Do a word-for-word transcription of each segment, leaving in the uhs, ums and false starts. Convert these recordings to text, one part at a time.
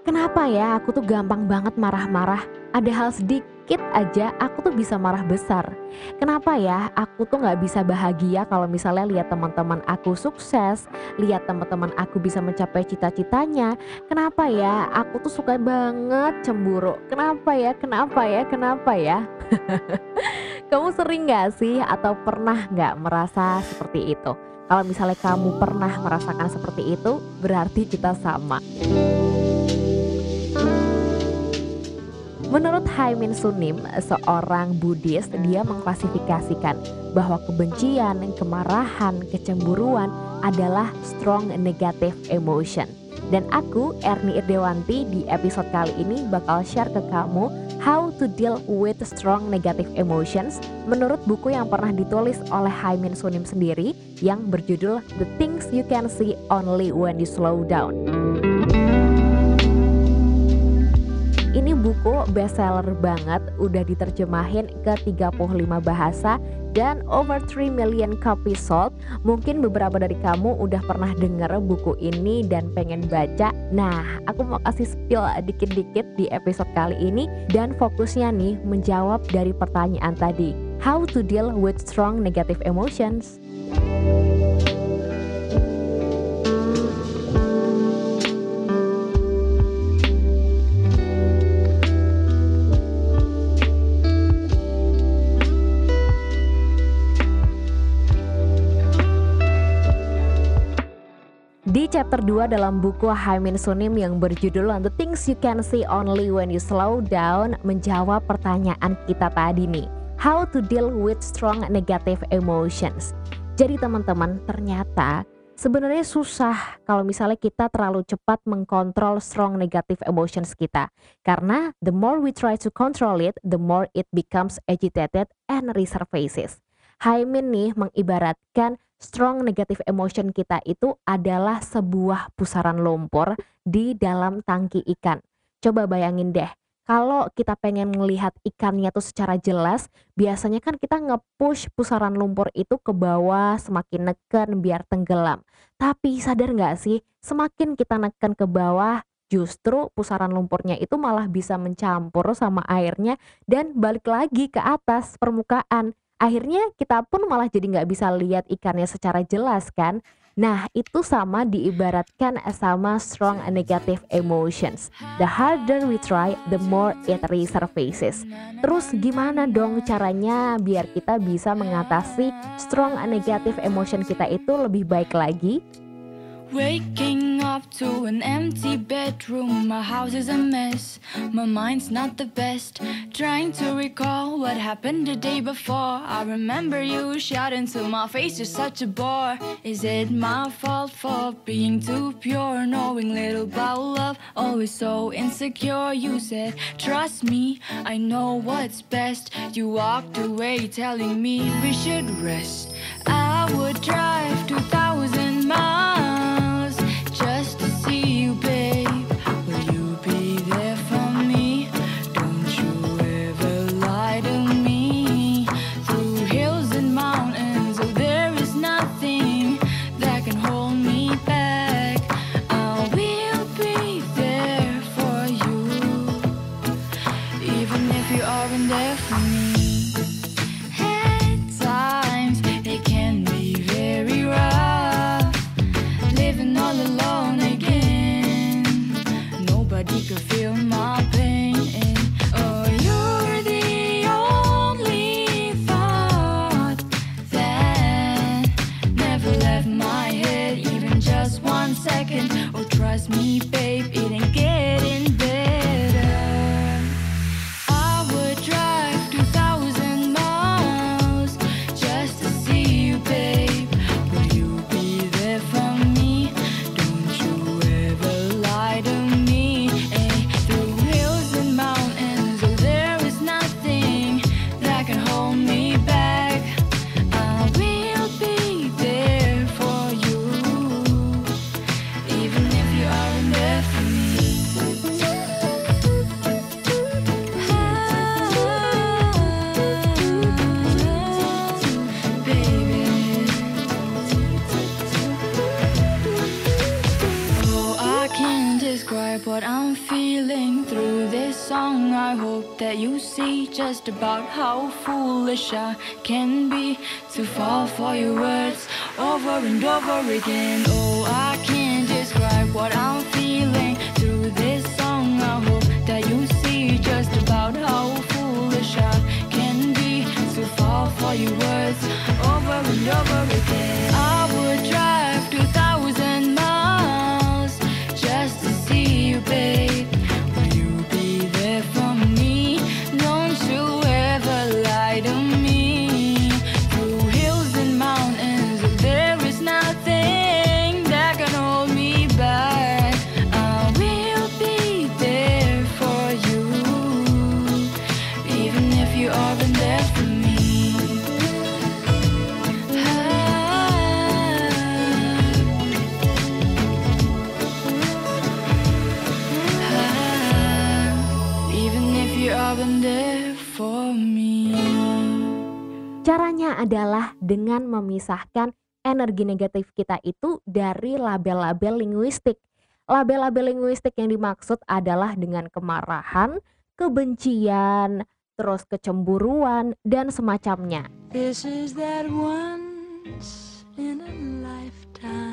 Kenapa ya aku tuh gampang banget marah-marah? Ada hal sedikit aja aku tuh bisa marah besar. Kenapa ya aku tuh nggak bisa bahagia kalau misalnya lihat teman-teman aku sukses, lihat teman-teman aku bisa mencapai cita-citanya. Kenapa ya aku tuh suka banget cemburu? Kenapa ya? Kenapa ya? Kenapa ya? Kamu sering nggak sih atau pernah nggak merasa seperti itu? Kalau misalnya kamu pernah merasakan seperti itu, berarti kita sama. Menurut Haimin Sunim, seorang Buddhis, dia mengklasifikasikan bahwa kebencian, kemarahan, kecemburuan adalah strong negative emotion. Dan aku, Erni Irdewanti, di episode kali ini bakal share ke kamu how to deal with strong negative emotions menurut buku yang pernah ditulis oleh Haimin Sunim sendiri yang berjudul The Things You Can See Only When You Slow Down. Ini buku bestseller banget, udah diterjemahin ke tiga puluh lima bahasa dan over three million copies sold. Mungkin beberapa dari kamu udah pernah denger buku ini dan pengen baca. Nah, aku mau kasih spill dikit-dikit di episode kali ini dan fokusnya nih menjawab dari pertanyaan tadi. How to deal with strong negative emotions? Di chapter dua dalam buku Haimin Sunim yang berjudul The Things You Can See Only When You Slow Down menjawab pertanyaan kita tadi nih. How to deal with strong negative emotions. Jadi teman-teman, ternyata sebenarnya susah kalau misalnya kita terlalu cepat mengkontrol strong negative emotions kita. Karena the more we try to control it, the more it becomes agitated and resurfaces. Haimin nih mengibaratkan strong negative emotion kita itu adalah sebuah pusaran lumpur di dalam tangki ikan. Coba bayangin deh, kalau kita pengen melihat ikannya tuh secara jelas, biasanya kan kita nge-push pusaran lumpur itu ke bawah semakin neken biar tenggelam. Tapi sadar gak sih, semakin kita neken ke bawah, justru pusaran lumpurnya itu malah bisa mencampur sama airnya dan balik lagi ke atas permukaan. Akhirnya kita pun malah jadi gak bisa lihat ikannya secara jelas kan. Nah itu sama diibaratkan sama strong negative emotions. The harder we try, the more it resurfaces. Terus gimana dong caranya biar kita bisa mengatasi strong negative emotion kita itu lebih baik lagi? Waking up to an empty bedroom, my house is a mess, my mind's not the best. Trying to recall what happened the day before. I remember you shouting to my face, you're such a bore. Is it my fault for being too pure, knowing little about love, always so insecure? You said, trust me, I know what's best. You walked away telling me we should rest. I would drive two thousand miles just to see you, babe. Will you be there for me? Don't you ever lie to me. Through hills and mountains, oh there is nothing that can hold me back. I will be there for you, even if you aren't there for me. At times it can be very rough, living all alone again. Nobody could feel my pain. Oh, you're the only thought that never left my head, even just one second. Oh, trust me, babe, it ain't getting better. I would drive two thousand miles just to see you, babe. Will you be there for me? Don't you ever lie to me. Ay, through hills and mountains, oh there is nothing that can hold me back. I will be there for you, even if you aren't there what I'm feeling through this song. I hope that you see just about how foolish I can be to fall for your words over and over again. Oh, I can't describe what I'm feeling through this song. I hope that you see just about how foolish I can be to fall for your words over and over again. I would drive two thousand miles just to see you, babe. Will you be there for me? Don't you ever lie to me. Through hills and mountains, there is nothing that can hold me back. I will be there for you, even if you aren't there for me. Caranya adalah dengan memisahkan energi negatif kita itu dari label-label linguistik. Label-label linguistik yang dimaksud adalah dengan kemarahan, kebencian, terus kecemburuan, dan semacamnya. This is that once in a lifetime.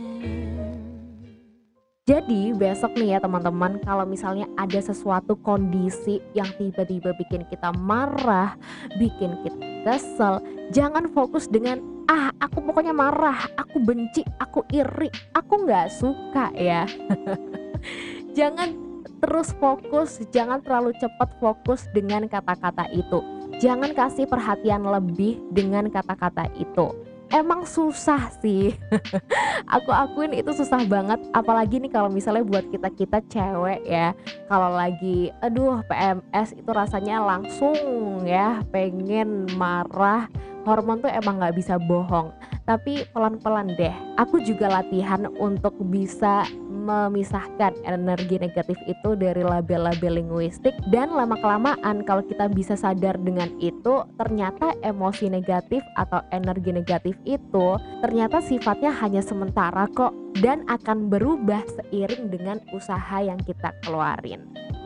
Jadi besok nih ya teman-teman, kalau misalnya ada sesuatu kondisi yang tiba-tiba bikin kita marah, bikin kita kesel, jangan fokus dengan ah aku pokoknya marah, aku benci, aku iri, aku nggak suka ya. Jangan terus fokus, jangan terlalu cepat fokus dengan kata-kata itu. Jangan kasih perhatian lebih dengan kata-kata itu. Emang susah sih. Aku akuin itu susah banget. Apalagi nih kalau misalnya buat kita-kita cewek ya, kalau lagi aduh P M S itu rasanya langsung ya pengen marah. Hormon tuh emang gak bisa bohong. Tapi pelan-pelan deh, aku juga latihan untuk bisa memisahkan energi negatif itu dari label-label linguistik. Dan lama-kelamaan kalau kita bisa sadar dengan itu, ternyata emosi negatif atau energi negatif itu ternyata sifatnya hanya sementara kok, dan akan berubah seiring dengan usaha yang kita keluarin.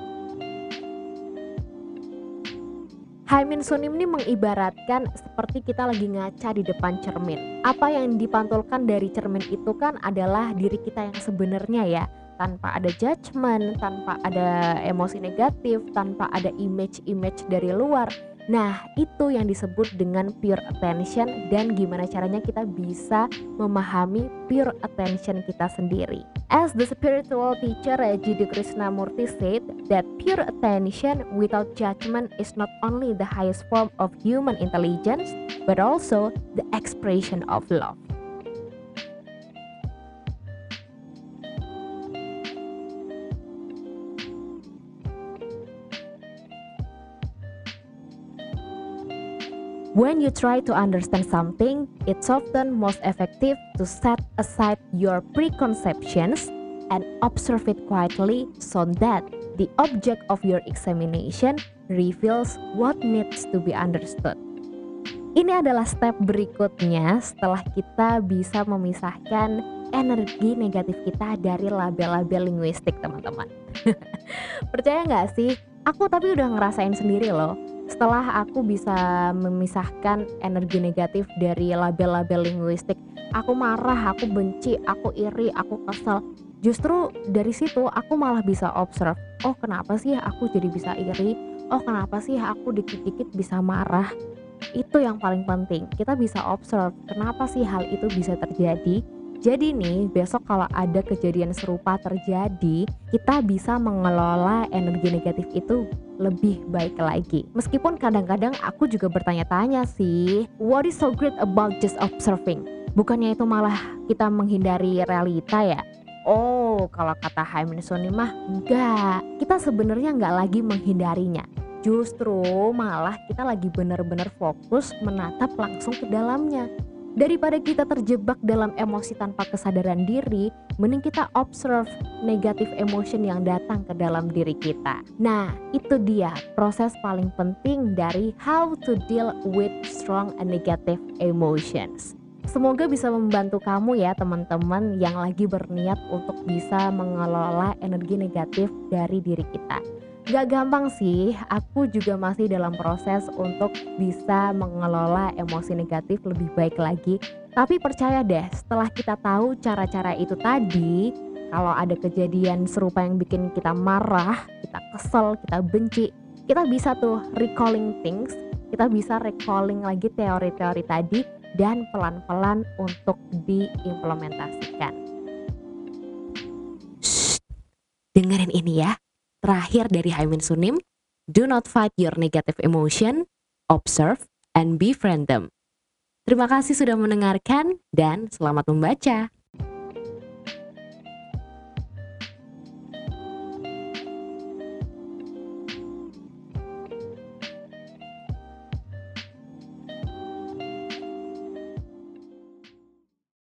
Haimin Sunim ini mengibaratkan seperti kita lagi ngaca di depan cermin. Apa yang dipantulkan dari cermin itu kan adalah diri kita yang sebenarnya ya, tanpa ada judgement, tanpa ada emosi negatif, tanpa ada image-image dari luar. Nah, itu yang disebut dengan pure attention, dan gimana caranya kita bisa memahami pure attention kita sendiri. As the spiritual teacher Jiddu Krishnamurti said that pure attention without judgment is not only the highest form of human intelligence, but also the expression of love. When you try to understand something, it's often most effective to set aside your preconceptions and observe it quietly so that the object of your examination reveals what needs to be understood. Ini adalah step berikutnya setelah kita bisa memisahkan energi negatif kita dari label-label linguistik, teman-teman. Percaya nggak sih? Aku tapi udah ngerasain sendiri loh. Setelah aku bisa memisahkan energi negatif dari label-label linguistik, aku marah, aku benci, aku iri, aku kesel. Justru dari situ aku malah bisa observe, oh kenapa sih aku jadi bisa iri, oh kenapa sih aku dikit-dikit bisa marah. Itu yang paling penting, kita bisa observe kenapa sih hal itu bisa terjadi. Jadi nih besok kalau ada kejadian serupa terjadi, kita bisa mengelola energi negatif itu lebih baik lagi. Meskipun kadang-kadang aku juga bertanya-tanya sih, what is so great about just observing? Bukannya itu malah kita menghindari realita ya? Oh, kalau kata Haimin Sunim mah enggak. Kita sebenarnya enggak lagi menghindarinya. Justru malah kita lagi benar-benar fokus menatap langsung ke dalamnya. Daripada kita terjebak dalam emosi tanpa kesadaran diri, mending kita observe negative emotion yang datang ke dalam diri kita. Nah, itu dia proses paling penting dari how to deal with strong and negative emotions. Semoga bisa membantu kamu ya teman-teman yang lagi berniat untuk bisa mengelola energi negatif dari diri kita. Gak gampang sih, aku juga masih dalam proses untuk bisa mengelola emosi negatif lebih baik lagi. Tapi percaya deh, setelah kita tahu cara-cara itu tadi, kalau ada kejadian serupa yang bikin kita marah, kita kesel, kita benci, kita bisa tuh recalling things, kita bisa recalling lagi teori-teori tadi dan pelan-pelan untuk diimplementasikan. Shh, dengerin ini ya. Terakhir dari Haimin Sunim, do not fight your negative emotion, observe and befriend them. Terima kasih sudah mendengarkan dan selamat membaca.